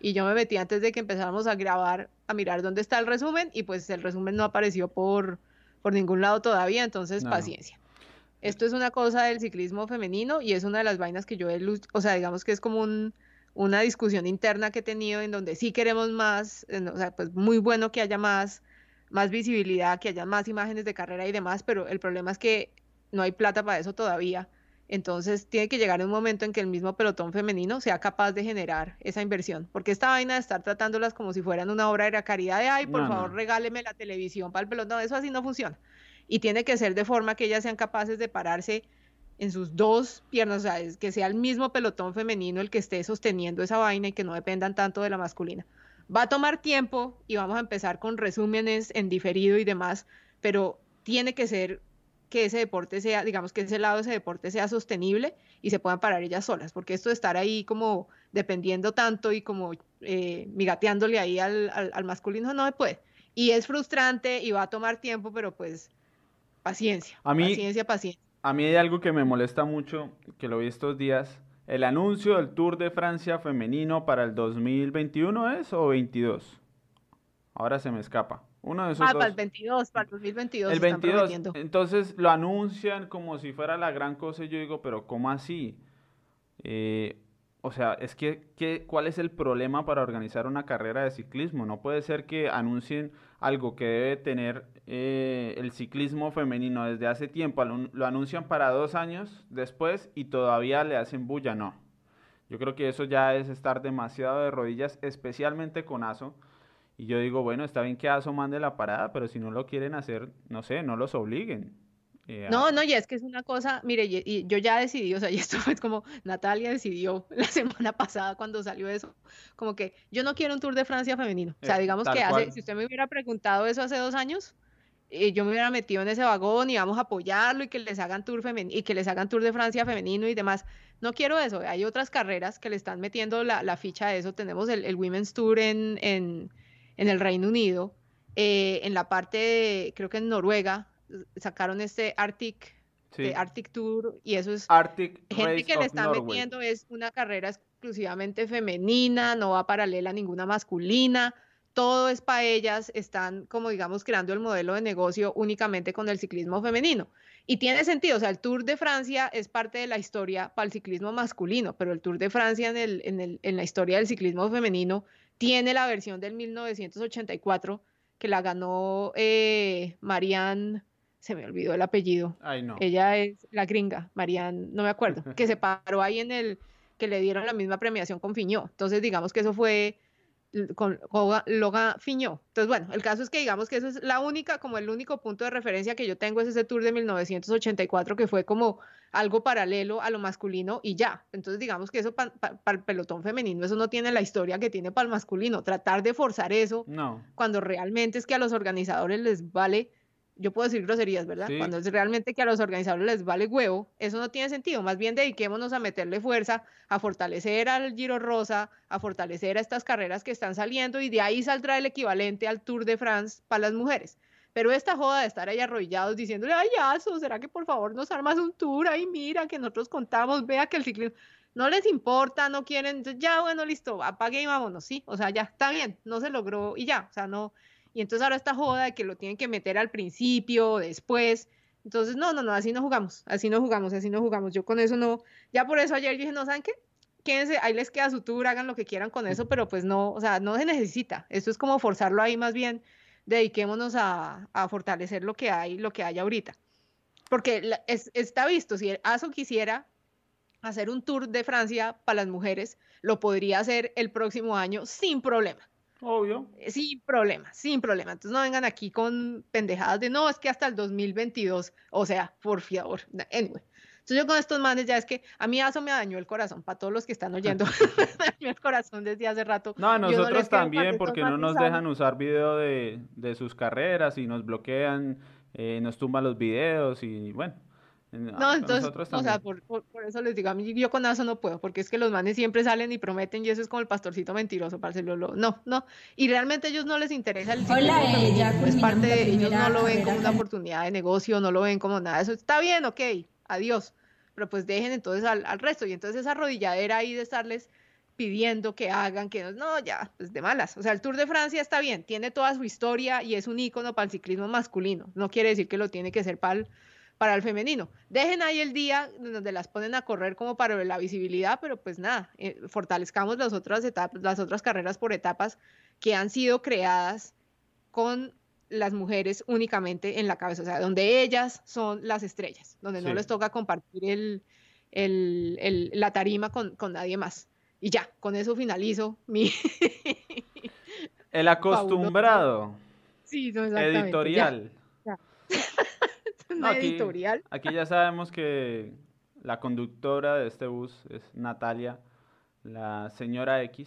y yo me metí antes de que empezáramos a grabar a mirar dónde está el resumen y pues el resumen no apareció por, por ningún lado todavía, entonces No. paciencia. Esto es una cosa del ciclismo femenino y es una de las vainas que yo he, lu- o sea, digamos que es como un, una discusión interna que he tenido en donde sí queremos más, en- o sea, pues muy bueno que haya más, más visibilidad, que haya más imágenes de carrera y demás, pero el problema es que no hay plata para eso todavía. Entonces tiene que llegar un momento en que el mismo pelotón femenino sea capaz de generar esa inversión, porque esta vaina de estar tratándolas como si fueran una obra de la caridad de, ay, por No, favor, no. regáleme la televisión para el pelotón, eso así no funciona. Y tiene que ser de forma que ellas sean capaces de pararse en sus dos piernas, o sea, es que sea el mismo pelotón femenino el que esté sosteniendo esa vaina y que no dependan tanto de la masculina. Va a tomar tiempo y vamos a empezar con resúmenes en diferido y demás, pero tiene que ser que ese deporte sea, digamos que ese lado de ese deporte sea sostenible y se puedan parar ellas solas, porque esto de estar ahí como dependiendo tanto y como eh, migateándole ahí al, al, al masculino no se puede. Y es frustrante y va a tomar tiempo, pero pues paciencia, A mí, paciencia, paciencia. a mí hay algo que me molesta mucho, que lo vi estos días. El anuncio del Tour de Francia femenino para el dos mil veintiuno ¿es o veintidós? Ahora se me escapa. Uno de esos Ah, para el dos. veintidós, para el dos mil veintidós El están veintidós. prometiendo. Entonces lo anuncian como si fuera la gran cosa y yo digo, pero ¿cómo así? Eh, o sea, es que, que, ¿cuál es el problema para organizar una carrera de ciclismo? No puede ser que anuncien algo que debe tener eh, el ciclismo femenino desde hace tiempo, anu- lo anuncian para dos años después y todavía le hacen bulla, no. Yo creo que eso ya es estar demasiado de rodillas, especialmente con ASO. Y yo digo, bueno, está bien que ASO mande la parada, pero si no lo quieren hacer, no sé, no los obliguen. Eh, a- No, no, y es que es una cosa, mire, y, y yo ya decidí, o sea, y esto fue como Natalia decidió la semana pasada cuando salió eso, como que yo no quiero un Tour de Francia femenino. O sea, eh, digamos que tal hace, cual. si usted me hubiera preguntado eso hace dos años, eh, yo me hubiera metido en ese vagón y vamos a apoyarlo y que les hagan tour femen y que les hagan Tour de Francia femenino y demás. No quiero eso. Hay otras carreras que le están metiendo la, la ficha a eso. Tenemos el, el Women's Tour en, en, en el Reino Unido, eh, en la parte de, creo que en Noruega, eh, sacaron este Arctic, de Sí. Arctic Tour y eso es Arctic gente Race que le of está Norway. metiendo, es una carrera exclusivamente femenina, no va paralela a ninguna masculina, todo es para ellas, están como digamos creando el modelo de negocio únicamente con el ciclismo femenino. Y tiene sentido, o sea, el Tour de Francia es parte de la historia para el ciclismo masculino, pero el Tour de Francia en, el, en, el, en la historia del ciclismo femenino tiene la versión del mil novecientos ochenta y cuatro que la ganó eh, Marianne, se me olvidó el apellido, Ay, no. ella es la gringa, Marianne, no me acuerdo, que se paró ahí en el, que le dieron la misma premiación con Fiñó. Entonces, digamos que eso fue con Logan Fiñó. Entonces, bueno, el caso es que digamos que eso es la única, como el único punto de referencia que yo tengo es ese Tour de mil novecientos ochenta y cuatro que fue como algo paralelo a lo masculino y ya. Entonces, digamos que eso para pa, pa el pelotón femenino, eso no tiene la historia que tiene para el masculino. Tratar de forzar eso No. cuando realmente es que a los organizadores les vale, yo puedo decir groserías, ¿verdad? Sí. Cuando es realmente que a los organizadores les vale huevo, eso no tiene sentido. Más bien dediquémonos a meterle fuerza, a fortalecer al Giro Rosa, a fortalecer a estas carreras que están saliendo y de ahí saldrá el equivalente al Tour de France para las mujeres. Pero esta joda de estar ahí arrodillados diciéndole, ay, Aso, ¿será que por favor nos armas un tour? Ay, mira, que nosotros contamos, vea que el ciclismo... No les importa, no quieren, entonces ya, bueno, listo, apague y vámonos, ¿sí? O sea, ya, está bien, no se logró y ya, o sea, no... Y entonces ahora esta joda de que lo tienen que meter al principio, después. Entonces, no, no, no, así no jugamos, así no jugamos, así no jugamos. Yo con eso no, ya por eso ayer dije, no, ¿saben qué? Quédense, ahí les queda su tour, hagan lo que quieran con eso, pero pues no, o sea, no se necesita. Esto es como forzarlo ahí, más bien dediquémonos a, a fortalecer lo que hay, lo que hay ahorita. Porque la, es, está visto, si el ASO quisiera hacer un tour de Francia para las mujeres, lo podría hacer el próximo año sin problema. Obvio. Sin problema, sin problema. Entonces no vengan aquí con pendejadas de no, es que hasta el dos mil veintidós, o sea, por favor. Anyway. Entonces yo con estos manes ya es que a mí eso me dañó el corazón, para todos los que están oyendo, me dañó el corazón desde hace rato. No, a Yo no nosotros les creo cuando también, estos porque no manes nos salen. dejan usar video de, de sus carreras y nos bloquean, eh, nos tumban los videos y bueno, en- a- No, a entonces, nosotros o sea, también. por, por, por eso les digo, a mí yo con eso no puedo, porque es que los manes siempre salen y prometen y eso es como el pastorcito mentiroso, parcelo. No, no. Y realmente a ellos no les interesa el ciclismo Hola, eh, femenino, ya es culminamos parte la de, ellos primera no lo ven carrera como una acá en- oportunidad de negocio, no lo ven como nada. Eso está bien, ok, adiós. Pero pues dejen entonces al, al resto. Y entonces esa arrodilladera ahí de estarles pidiendo que hagan, que no, ya, pues de malas. O sea, el Tour de Francia está bien, tiene toda su historia y es un ícono para el ciclismo masculino. No quiere decir que lo tiene que ser para el, para el femenino. Dejen ahí el día donde las ponen a correr como para la visibilidad, pero pues nada, eh, fortalezcamos las otras etapas, las otras carreras por etapas que han sido creadas con las mujeres únicamente en la cabeza, o sea, donde ellas son las estrellas, donde sí. no les toca compartir el, el, el, la tarima con, con nadie más. Y ya, con eso finalizo mi... El acostumbrado. Sí, no, exactamente. Editorial. Ya, ya. No, aquí, editorial. Aquí ya sabemos que la conductora de este bus es Natalia, la señora X.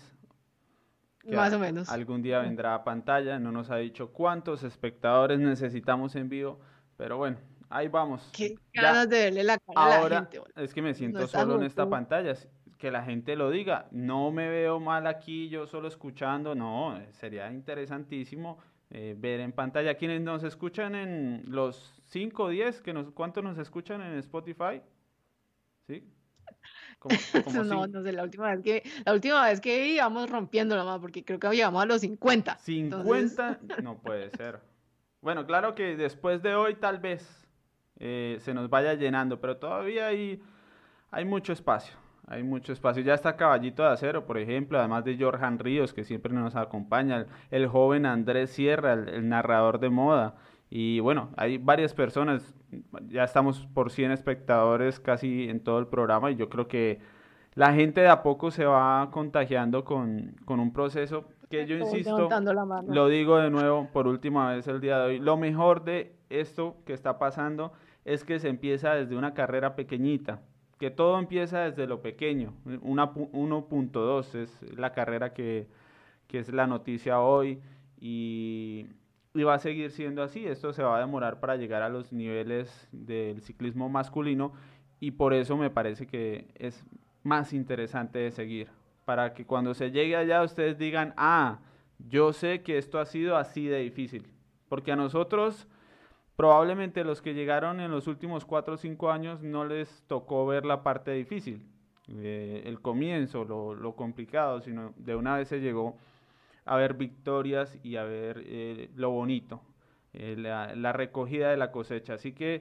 Más o menos. Algún día vendrá a pantalla, no nos ha dicho cuántos espectadores necesitamos en vivo, pero bueno, ahí vamos. Qué ganas ya. de verle la cara Ahora, a la gente. Bueno. Es que me siento no solo en esta pantalla, que la gente lo diga, no me veo mal aquí, yo solo escuchando, no, sería interesantísimo eh, ver en pantalla. Quienes nos escuchan en los cinco o diez, que nos, ¿cuántos nos escuchan en Spotify? ¿Sí? Como, como no, cinco. no sé, la última vez que la última vez que íbamos rompiendo la mano, porque creo que llegamos a los cincuenta. cincuenta, entonces... no puede ser. Bueno, claro que después de hoy tal vez eh, se nos vaya llenando, pero todavía hay, hay mucho espacio, hay mucho espacio. Ya está Caballito de Acero, por ejemplo, además de Jorjan Ríos, que siempre nos acompaña, el, el joven Andrés Sierra, el, el narrador de moda. Y bueno, hay varias personas, ya estamos por cien espectadores casi en todo el programa y yo creo que la gente de a poco se va contagiando con, con un proceso que yo insisto, lo digo de nuevo por última vez el día de hoy, lo mejor de esto que está pasando es que se empieza desde una carrera pequeñita, que todo empieza desde lo pequeño, una uno punto dos es la carrera que, que es la noticia hoy y... Y va a seguir siendo así, esto se va a demorar para llegar a los niveles del ciclismo masculino y por eso me parece que es más interesante de seguir, para que cuando se llegue allá ustedes digan, ah, yo sé que esto ha sido así de difícil, porque a nosotros probablemente los que llegaron en los últimos cuatro o cinco años no les tocó ver la parte difícil, eh, el comienzo, lo, lo complicado, sino de una vez se llegó a ver victorias y a ver eh, lo bonito, eh, la, la recogida de la cosecha. Así que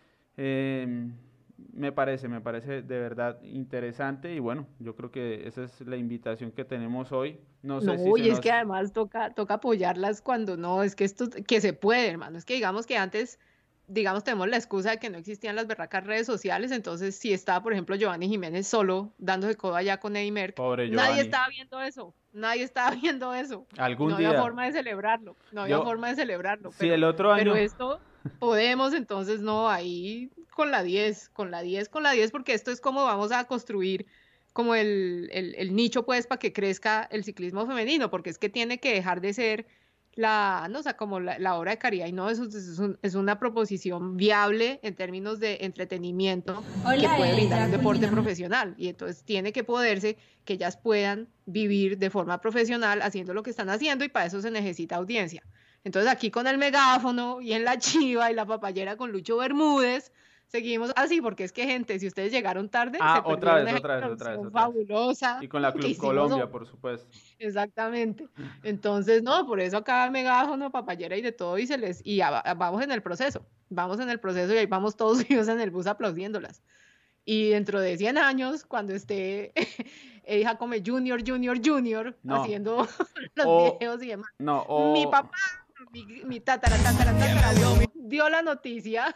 eh, me parece, me parece de verdad interesante y bueno, yo creo que esa es la invitación que tenemos hoy. No, sé no si y es nos... que además toca, toca apoyarlas cuando no, es que esto, que se puede, hermano, es que digamos que antes... digamos, tenemos la excusa de que no existían las berracas redes sociales, entonces si estaba, por ejemplo, Giovanni Jiménez solo dándose codo allá con Eddy Merckx, Pobre nadie Giovanni. estaba viendo eso, nadie estaba viendo eso. Algún no día. había forma de celebrarlo, no había Yo, forma de celebrarlo. Sí, pero, el otro año. Pero esto podemos, entonces no, ahí con la diez, con la diez, con la diez, porque esto es como vamos a construir como el, el, el nicho, pues, para que crezca el ciclismo femenino, porque es que tiene que dejar de ser la, no, o sea, como la, la obra de caridad, y no, eso es, un, es una proposición viable en términos de entretenimiento. Hola, que puede brindar un deporte culminamos. profesional, y entonces tiene que poderse que ellas puedan vivir de forma profesional haciendo lo que están haciendo, y para eso se necesita audiencia. Entonces aquí con el megáfono y en la chiva y la papayera con Lucho Bermúdez seguimos así, porque es que, gente, si ustedes llegaron tarde, ah, se otra vez, una otra vez, otra vez, otra fabulosa. Y con la Club Colombia, por supuesto. Exactamente. Entonces, no, por eso acá megáfono, papayera y de todo, y se les, y a, a, vamos en el proceso, vamos en el proceso y ahí vamos todos vivos en el bus aplaudiéndolas. Y dentro de cien años, cuando esté Eddie Jacome Junior, Junior, Junior, no. haciendo los o, videos y demás, no, o... mi papá, mi, mi tatara, tatara, tatara, tatara, dio la noticia.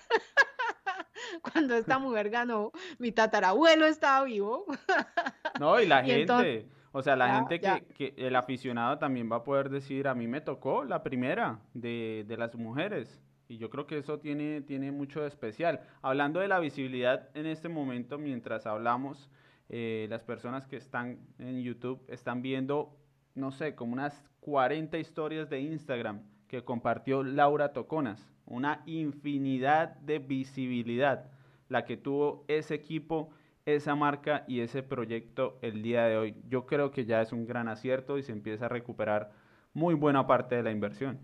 Cuando esta mujer ganó, mi tatarabuelo estaba vivo. No, y la y gente, entonces, o sea, la ya, gente que, que el aficionado también va a poder decir, a mí me tocó la primera de, de las mujeres. Y yo creo que eso tiene, tiene mucho de especial. Hablando de la visibilidad en este momento, mientras hablamos, eh, las personas que están en YouTube están viendo, no sé, como unas cuarenta historias de Instagram que compartió Laura Toconas. Una infinidad de visibilidad la que tuvo ese equipo, esa marca y ese proyecto el día de hoy. Yo creo que ya es un gran acierto y se empieza a recuperar muy buena parte de la inversión.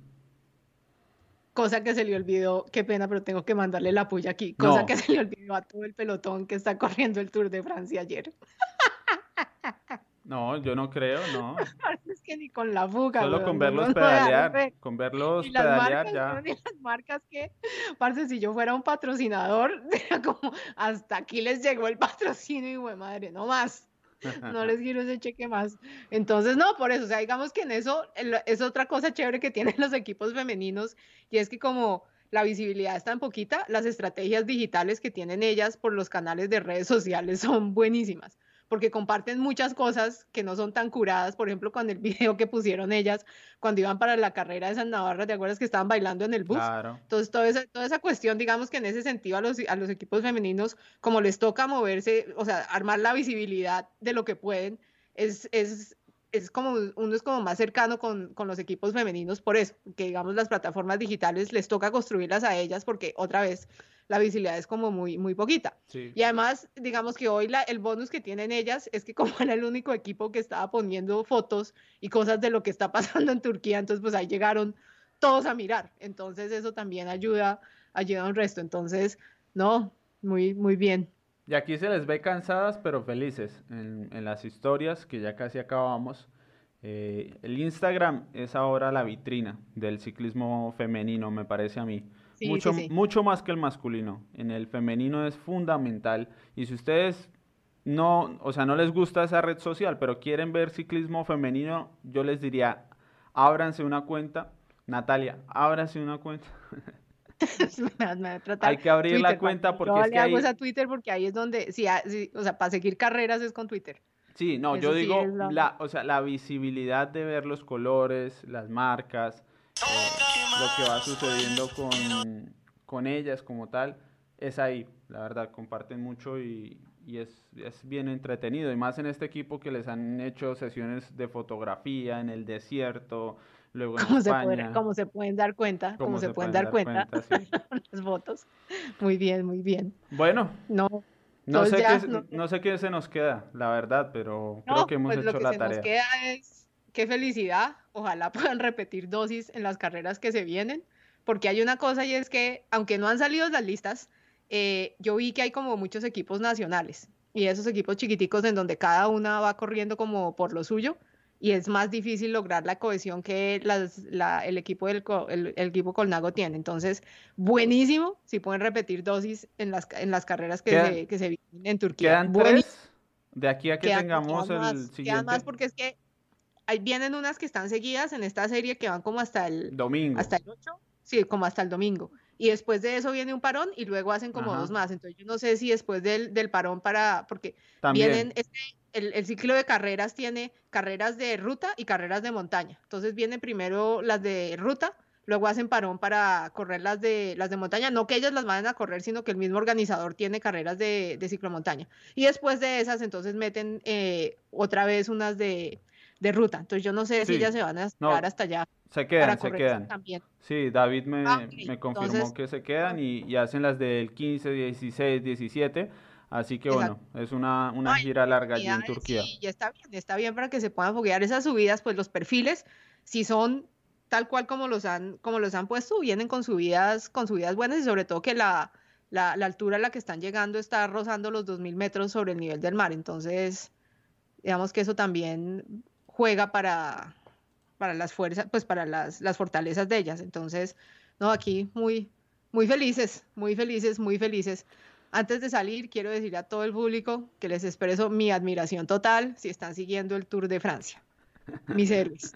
Cosa que se le olvidó, qué pena, pero tengo que mandarle la puya aquí, cosa no. que se le olvidó a todo el pelotón que está corriendo el Tour de Francia ayer. No, yo no creo, no. Es que ni con la fuga, Solo weón, con no, verlos no, no dejaron pedalear, ver. con verlos Y las pedalear marcas, ya. weón, y las marcas que, parce, si yo fuera un patrocinador, era como, hasta aquí les llegó el patrocinio y güey, madre, no más. No les quiero ese cheque más. Entonces, no, por eso, o sea, digamos que en eso el- es otra cosa chévere que tienen los equipos femeninos y es que como la visibilidad es tan poquita, las estrategias digitales que tienen ellas por los canales de redes sociales son buenísimas, porque comparten muchas cosas que no son tan curadas, por ejemplo, con el video que pusieron ellas cuando iban para la carrera de San Navarra, ¿te acuerdas que estaban bailando en el bus? Claro. Entonces, toda esa, toda esa cuestión, digamos que en ese sentido a los, a los equipos femeninos como les toca moverse, o sea, armar la visibilidad de lo que pueden, es, es, es como, uno es como más cercano con, con los equipos femeninos por eso, que digamos las plataformas digitales les toca construirlas a ellas porque otra vez la visibilidad es como muy, muy poquita. Sí. Y además, digamos que hoy la, el bonus que tienen ellas es que como era el único equipo que estaba poniendo fotos y cosas de lo que está pasando en Turquía, entonces pues ahí llegaron todos a mirar. Entonces eso también ayuda, ayuda un resto. Entonces, no, muy, muy bien. Y aquí se les ve cansadas pero felices en, en las historias que ya casi acabamos. Eh, el Instagram es ahora la vitrina del ciclismo femenino, me parece a mí. Sí, Mucho, sí, sí. mucho más que el masculino. En el femenino es fundamental. Y si ustedes no, o sea, no les gusta esa red social, pero quieren ver ciclismo femenino, yo les diría, ábranse una cuenta. Natalia, ábranse una cuenta. me, va me va a Hay tratar que abrir la Twitter. cuenta Yo porque es le que hago esa ahí, Twitter porque ahí es donde, sí, ah, sí, o sea, para seguir carreras es con Twitter. sí, no, yo Eso sí es digo la... la, o sea, la visibilidad de ver los colores, las marcas, eh, lo que va sucediendo con, con ellas como tal, es ahí, la verdad, comparten mucho y, y es, es bien entretenido, y más en este equipo que les han hecho sesiones de fotografía en el desierto, luego en Como se, puede, España, como se pueden dar cuenta, como como se se pueden pueden dar dar cuenta cuenta, sí. las fotos. Muy bien, muy bien. Bueno, No, no entonces sé qué, ya, es- no, no sé qué se nos queda, la verdad, pero creo no, que hemos pues lo hecho que la se nos tarea. queda es qué felicidad. Ojalá puedan repetir dosis en las carreras que se vienen, porque hay una cosa y es que, aunque no han salido las listas, eh, yo vi que hay como muchos equipos nacionales y esos equipos chiquiticos en donde cada una va corriendo como por lo suyo y es más difícil lograr la cohesión que las, la, el, equipo del, co- el, el equipo Colnago tiene. Entonces, buenísimo si pueden repetir dosis en las, en las carreras que Quedan, se, que se vienen en Turquía. quedan Buenísimo. tres de aquí a que Quedan, tengamos quedan el más, quedan más siguiente porque es que ahí vienen unas que están seguidas en esta serie que van como hasta el, domingo. hasta el ocho, sí, como hasta el domingo. Y después de eso viene un parón y luego hacen como dos Ajá. más. Entonces yo no sé si después del, del parón para, porque vienen, También. este, el, el ciclo de carreras tiene carreras de ruta y carreras de montaña. Entonces vienen primero las de ruta, luego hacen parón para correr las de, las de montaña. No que ellas las vayan a correr, sino que el mismo organizador tiene carreras de, de ciclomontaña. Y después de esas, entonces meten eh, otra vez unas de, de ruta. Entonces yo no sé si ellas Sí. se van a esperar No, hasta allá se quedan, para se correr esas quedan. también. Sí, David Ah, me, ok. me confirmó Entonces, que se quedan y, y hacen las del quince, dieciséis, diecisiete. Así que exacto. bueno, es una, No, una y gira larga allí en oportunidades Turquía. y ya está bien, está bien para que se puedan foguear esas subidas, pues los perfiles, si son tal cual como los han, como los han puesto, vienen con subidas, con subidas buenas y sobre todo que la, la, la altura a la que están llegando está rozando los dos mil metros sobre el nivel del mar. Entonces, digamos que eso también juega para, para las fuerzas, pues para las, las fortalezas de ellas. Entonces, no, aquí muy, muy felices, muy felices, muy felices. Antes de salir, quiero decir a todo el público que les expreso mi admiración total si están siguiendo el Tour de Francia. Mis héroes,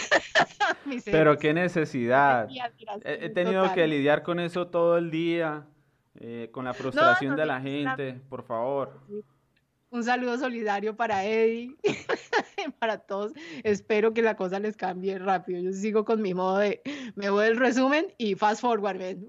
mis Pero héroes. qué Tienen necesidad. mi He, he admiración tenido que total. lidiar con eso todo el día, eh, con la No, frustración no de me la dicen a gente, por favor. mí. Un saludo solidario para Eddie, para todos. Espero que la cosa les cambie rápido. Yo sigo con mi modo de, me voy el resumen y fast forward, man.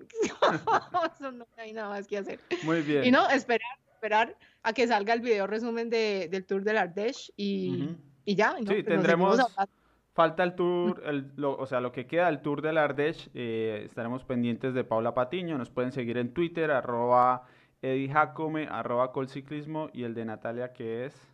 Eso no hay nada más que hacer. Muy Y bien. no, esperar, esperar a que salga el video resumen de, del Tour del Ardèche y, Ujú. y ya, ¿no? Sí, Pues nos seguimos tendremos, hablando. falta el tour, el, lo- o sea, lo que queda del tour del Ardèche, eh, estaremos pendientes de Paula Patiño, nos pueden seguir en Twitter, arroba Eddie Jacome, arroba Colciclismo, y el de Natalia que es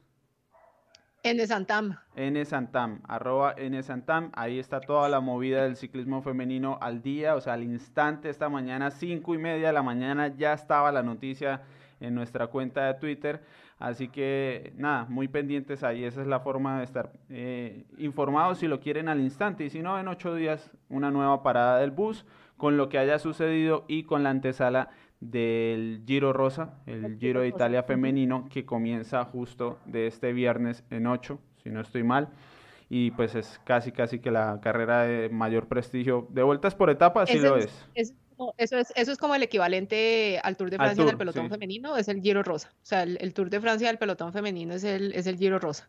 En el Santam. nsantam, arroba nsantam, ahí está toda la movida del ciclismo femenino al día, o sea, al instante, esta mañana, cinco y media de la mañana, ya estaba la noticia en nuestra cuenta de Twitter. Así que nada, muy pendientes ahí. Esa es la forma de estar eh, informados si lo quieren al instante. Y si no, en ocho días una nueva parada del bus con lo que haya sucedido y con la antesala del Giro Rosa, el Giro de Italia femenino, que comienza justo de este viernes en ocho, si no estoy mal. Y pues es casi casi que la carrera de mayor prestigio. De vueltas por etapas, sí Eso lo es, es. es como- eso es, eso es como el equivalente al Tour de Al Francia del Tour, pelotón sí. femenino, es el Giro Rosa. O sea, el, el Tour de Francia del pelotón femenino es el, es el Giro Rosa.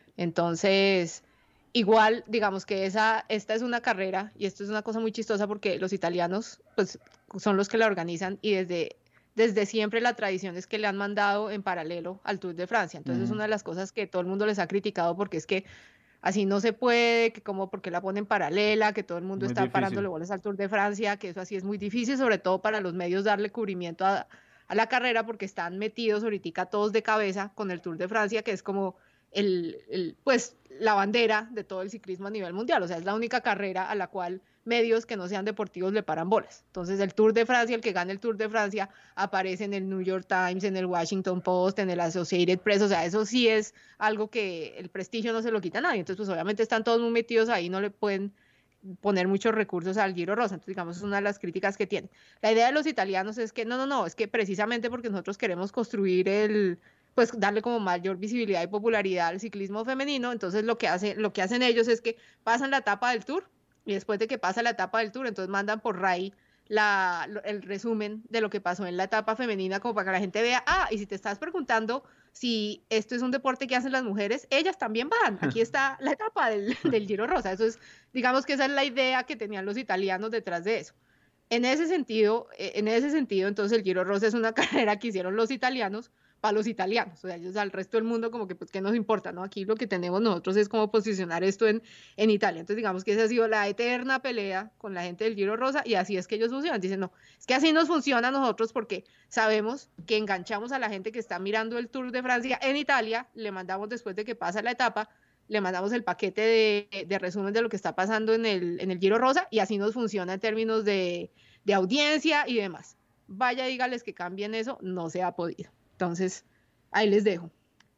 Entonces, igual, digamos que esa, esta es una carrera, y esto es una cosa muy chistosa porque los italianos, pues, son los que la organizan, y desde, desde siempre la tradición es que le han mandado en paralelo al Tour de Francia. Entonces, es Ujú. una de las cosas que todo el mundo les ha criticado porque es que así no se puede, que como porque la ponen paralela, que todo el mundo Muy está parándole difícil. bolas al Tour de Francia, que eso así es muy difícil, sobre todo para los medios darle cubrimiento a, a la carrera, porque están metidos ahorita todos de cabeza con el Tour de Francia, que es como el, el, pues, la bandera de todo el ciclismo a nivel mundial. O sea, es la única carrera a la cual medios que no sean deportivos le paran bolas. Entonces, el Tour de Francia, el que gane el Tour de Francia, aparece en el New York Times, en el Washington Post, en el Associated Press. O sea, eso sí es algo que el prestigio no se lo quita a nadie. Entonces, pues obviamente están todos muy metidos ahí, no le pueden poner muchos recursos al Giro Rosa. Entonces, digamos, es una de las críticas que tiene. La idea de los italianos es que no, no, no, es que precisamente porque nosotros queremos construir el, pues darle como mayor visibilidad y popularidad al ciclismo femenino, entonces lo que, hace, lo que hacen ellos es que pasan la etapa del Tour, y después de que pasa la etapa del Tour, entonces mandan por RAI la, el resumen de lo que pasó en la etapa femenina, como para que la gente vea, ah, y si te estás preguntando si esto es un deporte que hacen las mujeres, ellas también van, aquí está la etapa del, del Giro Rosa. Eso es, digamos que esa es la idea que tenían los italianos detrás de eso. En ese sentido, en ese sentido, entonces el Giro Rosa es una carrera que hicieron los italianos para los italianos, o sea, ellos al resto del mundo como que pues qué nos importa, ¿no? Aquí lo que tenemos nosotros es cómo posicionar esto en, en Italia. Entonces digamos que esa ha sido la eterna pelea con la gente del Giro Rosa, y así es que ellos funcionan. Dicen, no, es que así nos funciona a nosotros porque sabemos que enganchamos a la gente que está mirando el Tour de Francia en Italia, le mandamos después de que pasa la etapa, le mandamos el paquete de, de resumen de lo que está pasando en el, en el Giro Rosa, y así nos funciona en términos de, de audiencia y demás. Vaya, dígales que cambien eso, no se ha podido. Entonces, ahí les dejo.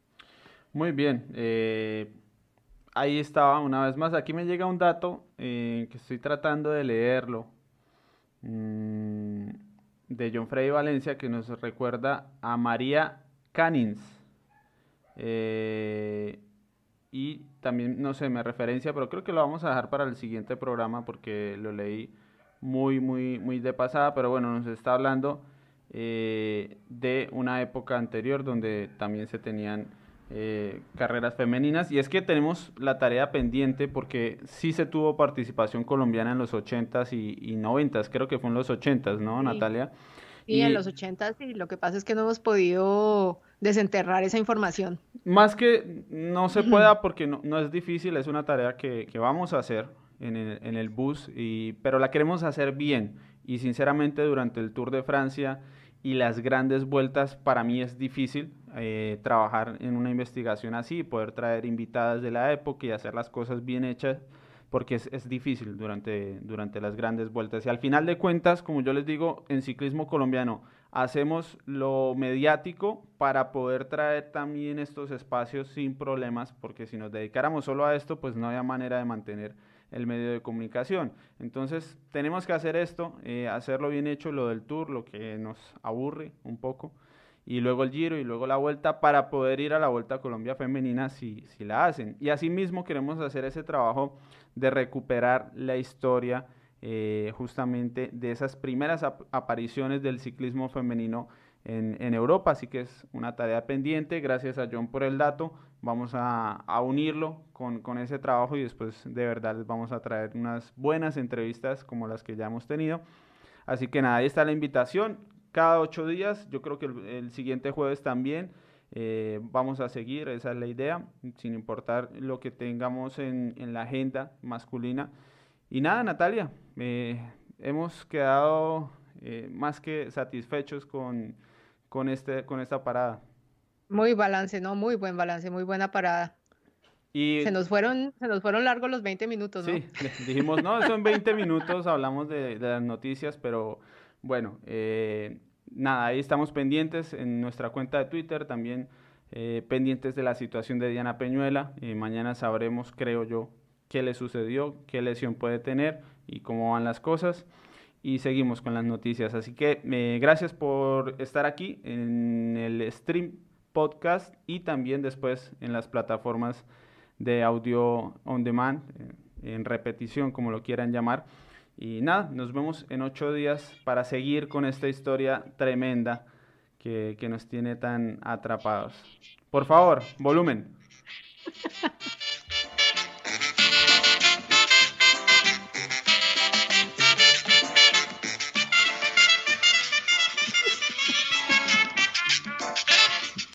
Muy bien. Eh, ahí estaba una vez más. Aquí me llega un dato eh, que estoy tratando de leerlo. mm, de John Freddy Valencia, que nos recuerda a María Canins. Eh, y también, no sé, me referencia, pero creo que lo vamos a dejar para el siguiente programa porque lo leí muy, muy, muy de pasada. Pero bueno, nos está hablando eh, de una época anterior donde también se tenían eh, carreras femeninas. Y es que tenemos la tarea pendiente porque sí se tuvo participación colombiana en los ochentas y, y noventas, creo que fue en los ochentas, ¿no, Sí. Natalia? Sí, en Y los ochentas, y lo que pasa es que no hemos podido desenterrar esa información. más que no se pueda porque no, no es difícil, es una tarea que, que vamos a hacer en el, en el bus, y, pero la queremos hacer bien. Y sinceramente durante el Tour de Francia y las grandes vueltas para mí es difícil eh, trabajar en una investigación así, poder traer invitadas de la época y hacer las cosas bien hechas, porque es, es difícil durante, durante las grandes vueltas. Y al final de cuentas, como yo les digo, en ciclismo colombiano hacemos lo mediático para poder traer también estos espacios sin problemas, porque si nos dedicáramos solo a esto, pues no había manera de mantener el medio de comunicación. Entonces tenemos que hacer esto, eh, hacerlo bien hecho, lo del Tour, lo que nos aburre un poco, y luego el Giro y luego la Vuelta, para poder ir a la Vuelta a Colombia femenina si, si la hacen. Y asimismo queremos hacer ese trabajo de recuperar la historia eh, justamente de esas primeras ap apariciones del ciclismo femenino en, en Europa. Así que es una tarea pendiente. Gracias a John por el dato. Vamos a, a unirlo con, con ese trabajo, y después de verdad les vamos a traer unas buenas entrevistas como las que ya hemos tenido. Así que nada, ahí está la invitación. Cada ocho días, yo creo que el, el siguiente jueves también eh, vamos a seguir, esa es la idea, sin importar lo que tengamos en, en la agenda masculina. Y nada, Natalia, eh, hemos quedado eh, más que satisfechos con, con, este, con esta parada. Muy balance, ¿no? Muy buen balance, muy buena parada. Se Y nos fueron, se nos fueron largos los veinte minutos, ¿no? sí, dijimos, no, eso en veinte minutos hablamos de, de las noticias, pero bueno, eh, nada, ahí estamos pendientes en nuestra cuenta de Twitter, también eh, pendientes de la situación de Diana Peñuela. Eh, mañana sabremos, creo yo, qué le sucedió, qué lesión puede tener y cómo van las cosas. Y seguimos con las noticias. Así que eh, gracias por estar aquí en el stream podcast y también después en las plataformas de audio on demand, eh, en repetición, como lo quieran llamar. Y nada, nos vemos en ocho días para seguir con esta historia tremenda que, que nos tiene tan atrapados. Por favor, volumen.